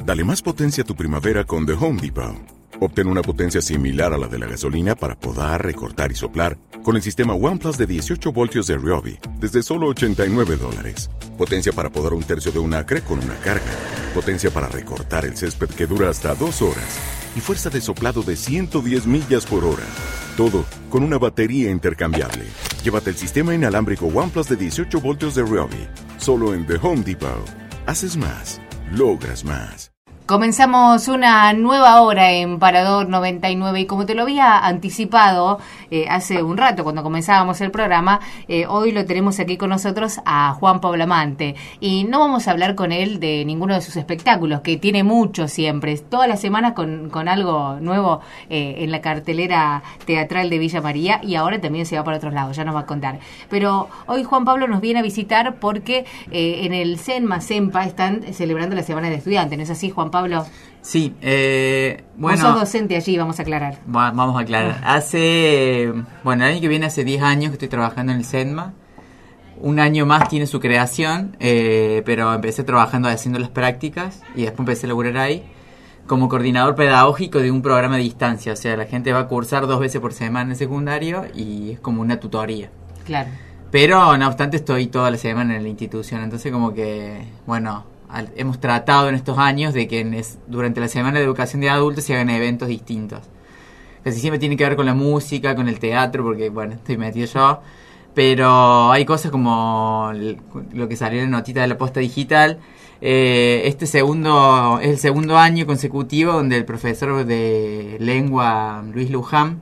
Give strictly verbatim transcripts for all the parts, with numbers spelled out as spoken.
Dale más potencia a tu primavera con The Home Depot. Obtén una potencia similar a la de la gasolina para podar, recortar y soplar con el sistema OnePlus de dieciocho voltios de Ryobi desde solo ochenta y nueve dólares. Potencia para podar un tercio de un acre con una carga. Potencia para recortar el césped que dura hasta dos horas. Y fuerza de soplado de ciento diez millas por hora. Todo con una batería intercambiable. Llévate el sistema inalámbrico OnePlus de dieciocho voltios de Ryobi. Solo en The Home Depot. Haces más. Logras más. Comenzamos una nueva hora en Parador noventa y nueve y como te lo había anticipado eh, hace un rato cuando comenzábamos el programa, eh, hoy lo tenemos aquí con nosotros a Juan Pablo Amante y no vamos a hablar con él de ninguno de sus espectáculos, que tiene mucho siempre, toda la semana con, con algo nuevo eh, en la cartelera teatral de Villa María y ahora también se va para otros lados, ya nos va a contar. Pero hoy Juan Pablo nos viene a visitar porque eh, en el CENMA, CEMPA están celebrando la Semana del Estudiante, ¿no es así, Juan Pablo? Sí, eh, bueno... Vos sos docente allí, vamos a aclarar. Va, vamos a aclarar. Hace, bueno, el año que viene hace diez años que estoy trabajando en el CENMA. Un año más tiene su creación, eh, pero empecé trabajando haciendo las prácticas y después empecé a laburar ahí como coordinador pedagógico de un programa de distancia. O sea, la gente va a cursar dos veces por semana en secundario y es como una tutoría. Claro. Pero, no obstante, estoy toda la semana en la institución. Entonces, como que, bueno... hemos tratado en estos años de que en es, durante la Semana de Educación de Adultos se hagan eventos distintos. Casi siempre tiene que ver con la música, con el teatro, porque, bueno, estoy metido yo. Pero hay cosas como lo que salió en la notita de la Posta Digital. Eh, este segundo es el segundo año consecutivo donde el profesor de lengua, Luis Luján,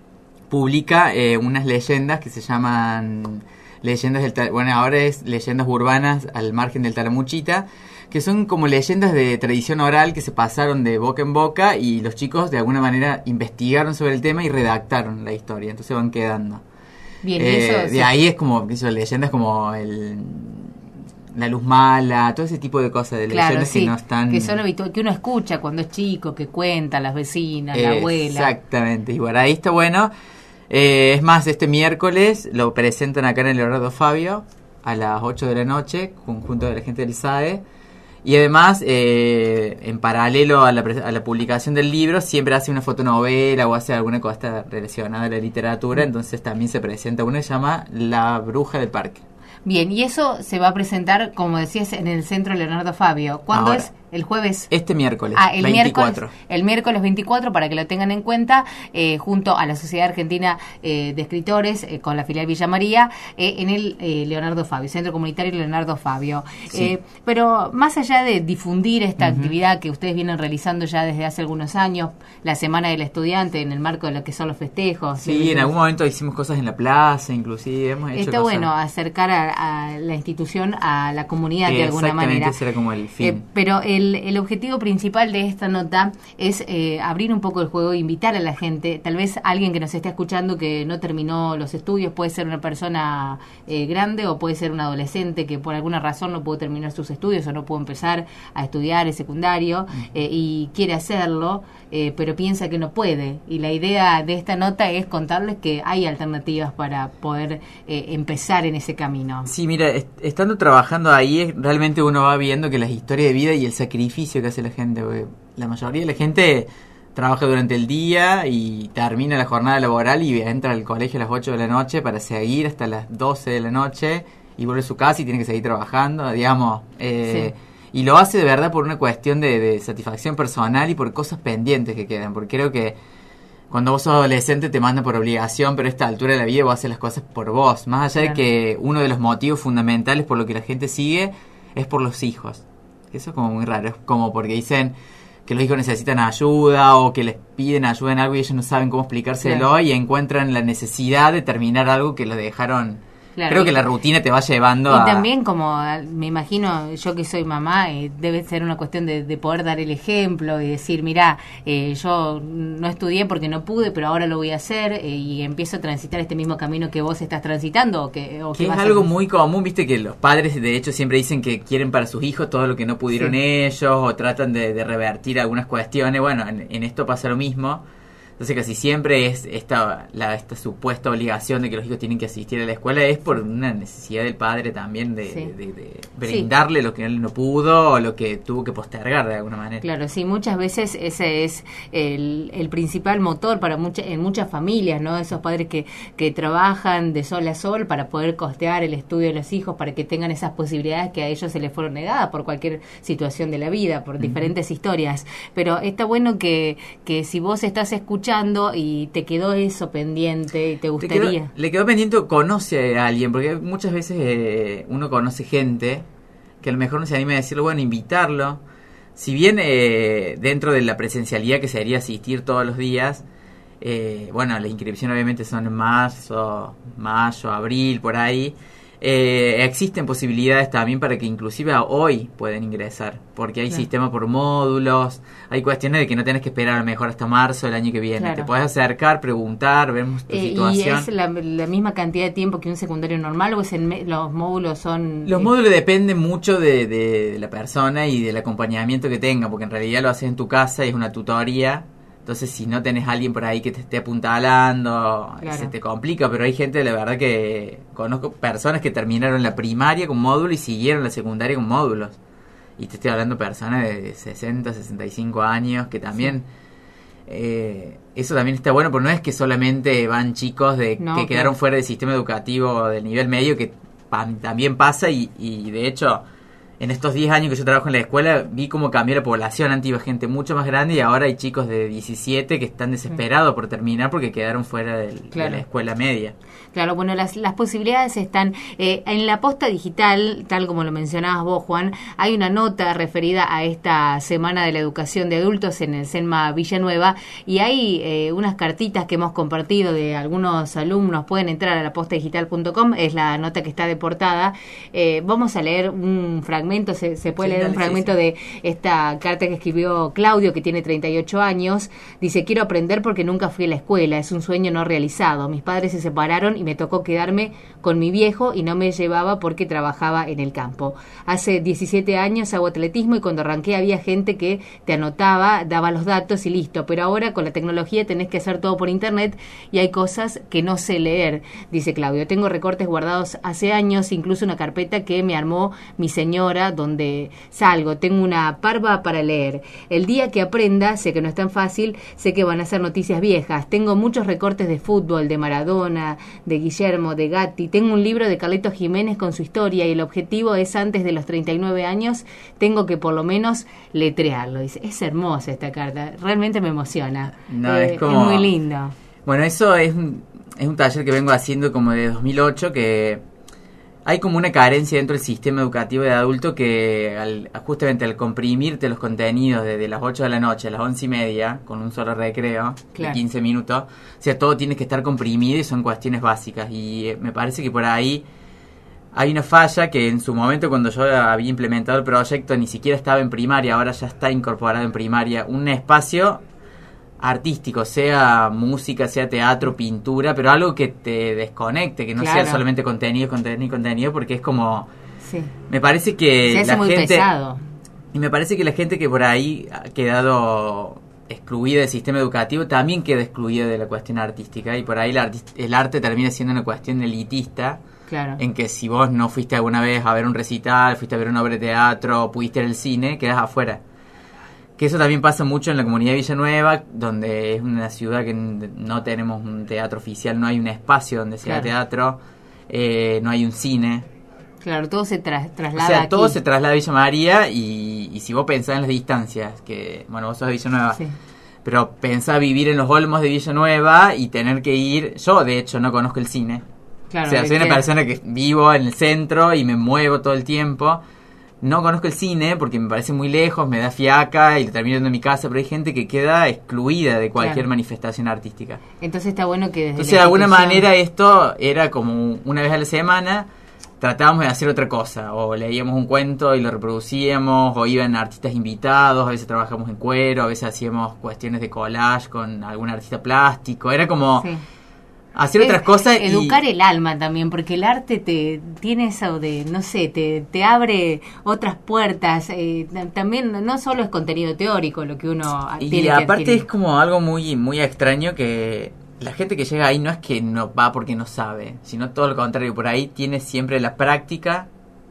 publica eh, unas leyendas que se llaman... leyendas del bueno ahora es leyendas urbanas al margen del Talamuchita, que son como leyendas de tradición oral que se pasaron de boca en boca y los chicos de alguna manera investigaron sobre el tema y redactaron la historia, entonces van quedando. Bien, eh, eso, de sí. ahí es como eso, leyendas como el la luz mala, todo ese tipo de cosas, de claro, leyendas sí, que no están... que son habituales, que uno escucha cuando es chico, que cuenta las vecinas, eh, la abuela. Exactamente, y bueno, ahí está bueno. Eh, es más, este miércoles lo presentan acá en el Leonardo Fabio a las ocho de la noche, junto a la gente del S A E. Y además, eh, en paralelo a la, a la publicación del libro, siempre hace una fotonovela o hace alguna cosa relacionada a la literatura. Entonces también se presenta una que se llama La Bruja del Parque. Bien, y eso se va a presentar, como decías, en el Centro Leonardo Fabio. ¿Cuándo Ahora. es? ¿El jueves? Este miércoles, ah, el veinticuatro. Miércoles, el miércoles veinticuatro, para que lo tengan en cuenta, eh, junto a la Sociedad Argentina eh, de Escritores, eh, con la filial Villa María, eh, en el eh, Leonardo Fabio, Centro Comunitario Leonardo Fabio. Sí. Eh, pero más allá de difundir esta Uh-huh. actividad que ustedes vienen realizando ya desde hace algunos años, la Semana del Estudiante, en el marco de lo que son los festejos. Sí, en algún momento hicimos cosas en la plaza, inclusive, hemos hecho Está cosas. bueno acercar a, a la institución a la comunidad de alguna manera. Exactamente, ese era como el fin. Eh, pero el, el objetivo principal de esta nota es eh, abrir un poco el juego e invitar a la gente, tal vez alguien que nos esté escuchando que no terminó los estudios, puede ser una persona eh, grande o puede ser un adolescente que por alguna razón no pudo terminar sus estudios o no pudo empezar a estudiar el secundario eh, y quiere hacerlo, eh, pero piensa que no puede. Y la idea de esta nota es contarles que hay alternativas para poder eh, empezar en ese camino. Sí, mira, est- estando trabajando ahí, realmente uno va viendo que las historias de vida y el sacrificio que hace la gente, porque la mayoría de la gente trabaja durante el día y termina la jornada laboral y entra al colegio a las ocho de la noche para seguir hasta las doce de la noche y vuelve a su casa y tiene que seguir trabajando, digamos. Eh, sí. Y lo hace de verdad por una cuestión de, de satisfacción personal y por cosas pendientes que quedan, porque creo que cuando vos sos adolescente te mandan por obligación, pero a esta altura de la vida vos haces las cosas por vos. Más allá claro. de que uno de los motivos fundamentales por lo que la gente sigue es por los hijos. Eso es como muy raro, es como porque dicen que los hijos necesitan ayuda o que les piden ayuda en algo y ellos no saben cómo explicárselo claro. y encuentran la necesidad de terminar algo que lo dejaron. Claro, creo que la rutina te va llevando y a... Y también, como me imagino, yo que soy mamá, eh, debe ser una cuestión de, de poder dar el ejemplo y decir, mirá, eh, yo no estudié porque no pude, pero ahora lo voy a hacer eh, y empiezo a transitar este mismo camino que vos estás transitando. O que, o que que es algo a... muy común, viste, que los padres de hecho siempre dicen que quieren para sus hijos todo lo que no pudieron sí. ellos o tratan de, de revertir algunas cuestiones. Bueno, en, en esto pasa lo mismo. Entonces casi siempre es esta, la, esta supuesta obligación de que los hijos tienen que asistir a la escuela es por una necesidad del padre también de, sí. de, de, de brindarle sí. lo que él no pudo o lo que tuvo que postergar de alguna manera. Claro, sí, muchas veces ese es el, el principal motor para mucha, en muchas familias, ¿no? Esos padres que, que trabajan de sol a sol para poder costear el estudio de los hijos, para que tengan esas posibilidades que a ellos se les fueron negadas por cualquier situación de la vida, por uh-huh. diferentes historias. Pero está bueno que, que si vos estás escuchando y te quedó eso pendiente y te gustaría... Quedó, le quedó pendiente o conoce a alguien, porque muchas veces eh, uno conoce gente que a lo mejor no se anima a decirlo, bueno, invitarlo. Si bien eh, dentro de la presencialidad que sería asistir todos los días, eh, bueno, las inscripciones obviamente son en marzo, mayo, abril, por ahí... Eh, existen posibilidades también para que inclusive a hoy pueden ingresar, porque hay claro. sistema por módulos, hay cuestiones de que no tenés que esperar a lo mejor hasta marzo del año que viene, claro. te podés acercar, preguntar, vemos tu eh, situación. ¿Y es la, la misma cantidad de tiempo que un secundario normal o es en me, los módulos son...? Los eh... módulos dependen mucho de, de la persona y del acompañamiento que tenga, porque en realidad lo haces en tu casa y es una tutoría. Entonces, si no tenés a alguien por ahí que te esté apuntalando, claro. se te complica, pero hay gente, la verdad, que conozco personas que terminaron la primaria con módulo y siguieron la secundaria con módulos. Y te estoy hablando de personas de sesenta, sesenta y cinco años, que también... Sí. Eh, eso también está bueno, pero no es que solamente van chicos de no, que quedaron claro. fuera del sistema educativo del nivel medio, que pa- también pasa y, y de hecho... En estos diez años que yo trabajo en la escuela, vi cómo cambió la población. Antes iba gente mucho más grande y ahora hay chicos de diecisiete que están desesperados por terminar porque quedaron fuera del, claro. de la escuela media. Claro, bueno, las, las posibilidades están eh, en la posta digital, tal como lo mencionabas vos, Juan. Hay una nota referida a esta Semana de la Educación de Adultos en el SENMA Villanueva y hay eh, unas cartitas que hemos compartido de algunos alumnos. Pueden entrar a la posta digital punto com, es la nota que está de portada. Eh, vamos a leer un fragmento. Se, se puede sí, leer un fragmento sí, sí. de esta carta que escribió Claudio, que tiene treinta y ocho años. Dice: quiero aprender porque nunca fui a la escuela, es un sueño no realizado. Mis padres se separaron y me tocó quedarme con mi viejo y no me llevaba porque trabajaba en el campo. Hace diecisiete años hago atletismo y cuando arranqué había gente que te anotaba, daba los datos y listo, pero ahora con la tecnología tenés que hacer todo por internet y hay cosas que no sé leer, dice Claudio. Tengo recortes guardados hace años, incluso una carpeta que me armó mi señora donde salgo, tengo una parva para leer. El día que aprenda, sé que no es tan fácil, sé que van a ser noticias viejas. Tengo muchos recortes de fútbol, de Maradona, de Guillermo, de Gatti. Tengo un libro de Carlitos Jiménez con su historia y el objetivo es antes de los treinta y nueve años, tengo que por lo menos letrearlo. Dice, es hermosa esta carta, realmente me emociona. No, eh, es como... Es muy lindo. Bueno, eso es un, es un taller que vengo haciendo como de dos mil ocho, que... Hay como una carencia dentro del sistema educativo de adulto que al, justamente al comprimirte los contenidos desde las ocho de la noche a las once y media, con un solo recreo claro. de quince minutos, o sea, todo tiene que estar comprimido y son cuestiones básicas. Y eh, me parece que por ahí hay una falla que en su momento cuando yo había implementado el proyecto ni siquiera estaba en primaria, ahora ya está incorporado en primaria, un espacio artístico, sea música, sea teatro, pintura, pero algo que te desconecte, que no claro. sea solamente contenido, contenido, contenido, porque es como... Sí. Me parece que se hace la muy gente... pesado. Y me parece que la gente que por ahí ha quedado excluida del sistema educativo también queda excluida de la cuestión artística, y por ahí la artist- el arte termina siendo una cuestión elitista, claro. en que si vos no fuiste alguna vez a ver un recital, fuiste a ver una obra de teatro, pudiste ir al cine, quedás afuera. Que eso también pasa mucho en la comunidad de Villanueva, donde es una ciudad que no tenemos un teatro oficial, no hay un espacio donde sea claro. teatro, eh, no hay un cine. Claro, todo se tra- traslada O sea, aquí. todo se traslada a Villa María y, y si vos pensás en las distancias, que, bueno, vos sos de Villanueva, sí. pero pensá vivir en los Olmos de Villanueva y tener que ir... Yo, de hecho, no conozco el cine. Claro, o sea, soy una que... persona que vivo en el centro y me muevo todo el tiempo... No conozco el cine porque me parece muy lejos, me da fiaca y lo termino yendo en mi casa, pero hay gente que queda excluida de cualquier claro. manifestación artística. Entonces está bueno que desde Entonces, de alguna manera, esto era como una vez a la semana, tratábamos de hacer otra cosa, o leíamos un cuento y lo reproducíamos, o iban artistas invitados, a veces trabajamos en cuero, a veces hacíamos cuestiones de collage con algún artista plástico, era como... Sí. hacer es, otras cosas. Educar y... el alma también, porque el arte te tiene eso de, no sé, te, te abre otras puertas. Eh, también no solo es contenido teórico lo que uno y tiene que aparte adquirir. es como algo muy, muy extraño que la gente que llega ahí no es que no va porque no sabe, sino todo lo contrario, por ahí tiene siempre la práctica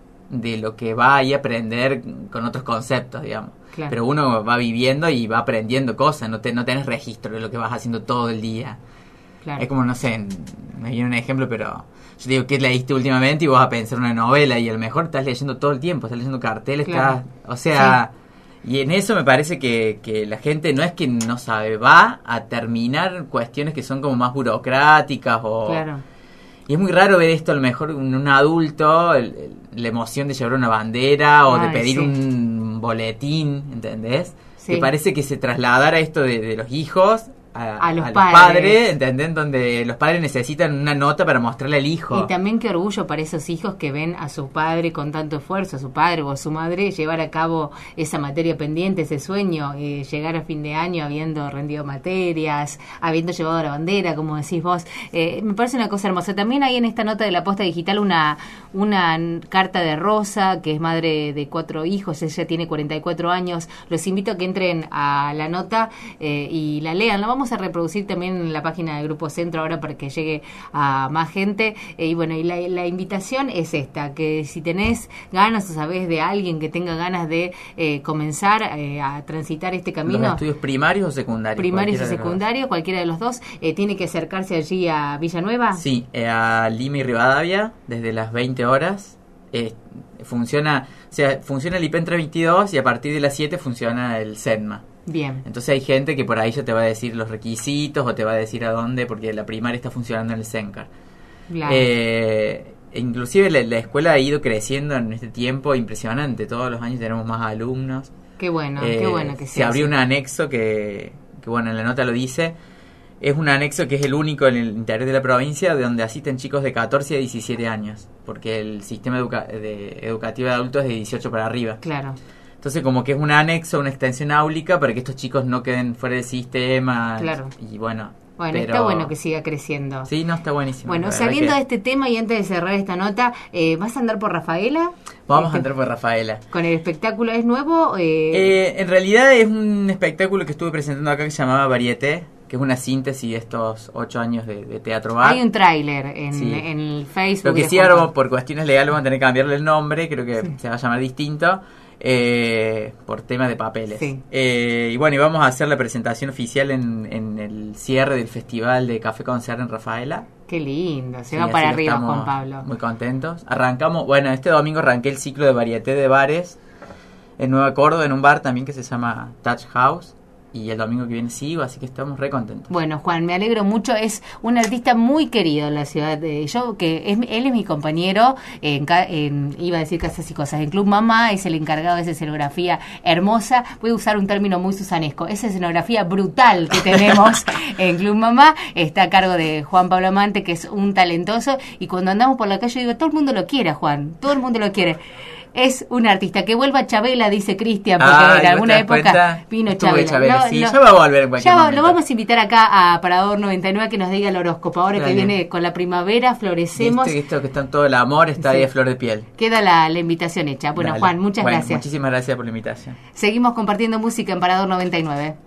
de lo que va ahí a aprender con otros conceptos, digamos. Claro. Pero uno va viviendo y va aprendiendo cosas, no, te, no tenés registro de lo que vas haciendo todo el día. Claro. Es como, no sé, me viene un ejemplo, pero yo digo, ¿qué leíste últimamente? Y vos vas a pensar una novela y a lo mejor estás leyendo todo el tiempo, estás leyendo carteles, Claro. estás, o sea... Sí. Y en eso me parece que, que la gente no es que no sabe, va a terminar cuestiones que son como más burocráticas o... Claro. Y es muy raro ver esto a lo mejor en un adulto, el, el, la emoción de llevar una bandera o Ay, de pedir sí. un boletín, ¿entendés? Sí. Que parece que se trasladara esto de, de los hijos a, A los a los padres. padres, ¿entendés? Donde los padres necesitan una nota para mostrarle al hijo. Y también qué orgullo para esos hijos que ven a su padre con tanto esfuerzo, a su padre o a su madre, llevar a cabo esa materia pendiente, ese sueño, eh, llegar a fin de año habiendo rendido materias, habiendo llevado la bandera, como decís vos. Eh, me parece una cosa hermosa. También hay en esta nota de la Posta Digital una, una carta de Rosa, que es madre de cuatro hijos, ella tiene cuarenta y cuatro años. Los invito a que entren a la nota eh, y la lean. La vamos a reproducir también en la página del Grupo Centro ahora para que llegue a más gente. Eh, y bueno, y la, la invitación es esta, que si tenés ganas o sabés de alguien que tenga ganas de eh, comenzar eh, a transitar este camino. ¿Los estudios primarios o secundarios? Primarios y secundarios, cualquiera de los dos, eh, tiene que acercarse allí a Villanueva. Sí, eh, a Lima y Rivadavia, desde las veinte horas. Eh, funciona, o sea, funciona el I P E N trescientos veintidós y a partir de las siete funciona el SEDMA. Bien. Entonces hay gente que por ahí ya te va a decir los requisitos o te va a decir a dónde, porque la primaria está funcionando en el SENCAR. Claro. Eh, inclusive la, la escuela ha ido creciendo en este tiempo impresionante. Todos los años tenemos más alumnos. Qué bueno, Eh, qué bueno que se sea abrió así. un anexo que, que, bueno, en la nota lo dice. Es un anexo que es el único en el interior de la provincia donde asisten chicos de catorce a diecisiete años, porque el sistema educa de, educativo de adultos es de dieciocho para arriba. Claro. Entonces como que es un anexo, una extensión áulica para que estos chicos no queden fuera del sistema. Claro. Y bueno, Bueno, pero... está bueno que siga creciendo. Sí, no, está buenísimo. Bueno, La verdad sabiendo que- de este tema y antes de cerrar esta nota, eh, ¿vas a andar por Rafaela? Vamos Este, a entrar por Rafaela. ¿Con el espectáculo es nuevo? Eh, Eh, en realidad es un espectáculo que estuve presentando acá que se llamaba Varieté, que es una síntesis de estos ocho años de, de teatro bar. hay un tráiler en, Sí. en el Facebook. Lo que de sí Juan ahora Pablo. por cuestiones legales vamos a tener que cambiarle el nombre, creo que Sí. se va a llamar distinto, eh, por tema de papeles. Sí. Eh, y bueno, y vamos a hacer la presentación oficial en, en el cierre del festival de Café Concert en Rafaela. Qué lindo, se Sí, va así para que arriba estamos Juan Pablo. Muy contentos. Arrancamos, bueno, este domingo arranqué el ciclo de varieté de bares en Nueva Córdoba, en un bar también que se llama Touch House. Y el domingo que viene sigo, así que estamos re contentos. Bueno, Juan, me alegro mucho. Es un artista muy querido en la ciudad. De, yo que es, él es mi compañero en, ca- en iba a decir Casas y Cosas. En Club Mamá es el encargado de esa escenografía hermosa. Voy a usar un término muy susanesco. Esa escenografía brutal que tenemos en Club Mamá está a cargo de Juan Pablo Amante, que es un talentoso. Y cuando andamos por la calle digo, todo el mundo lo quiere, Juan. Todo el mundo lo quiere. Es un artista. Que vuelva Chabela, dice Cristian, porque Ah, en ¿no alguna te das época cuenta? vino Estuvo Chabela. Chabela, No, sí, no. ya va a volver en cualquier Ya va- momento. lo vamos a invitar acá a Parador noventa y nueve a que nos diga el horóscopo. Ahora Dale. que viene con la primavera, florecemos. Viste que esto que está en todo el amor está Sí. ahí a flor de piel. Queda la, la invitación hecha. Bueno, Dale. Juan, muchas Bueno, gracias. Muchísimas gracias por la invitación. Seguimos compartiendo música en Parador noventa y nueve.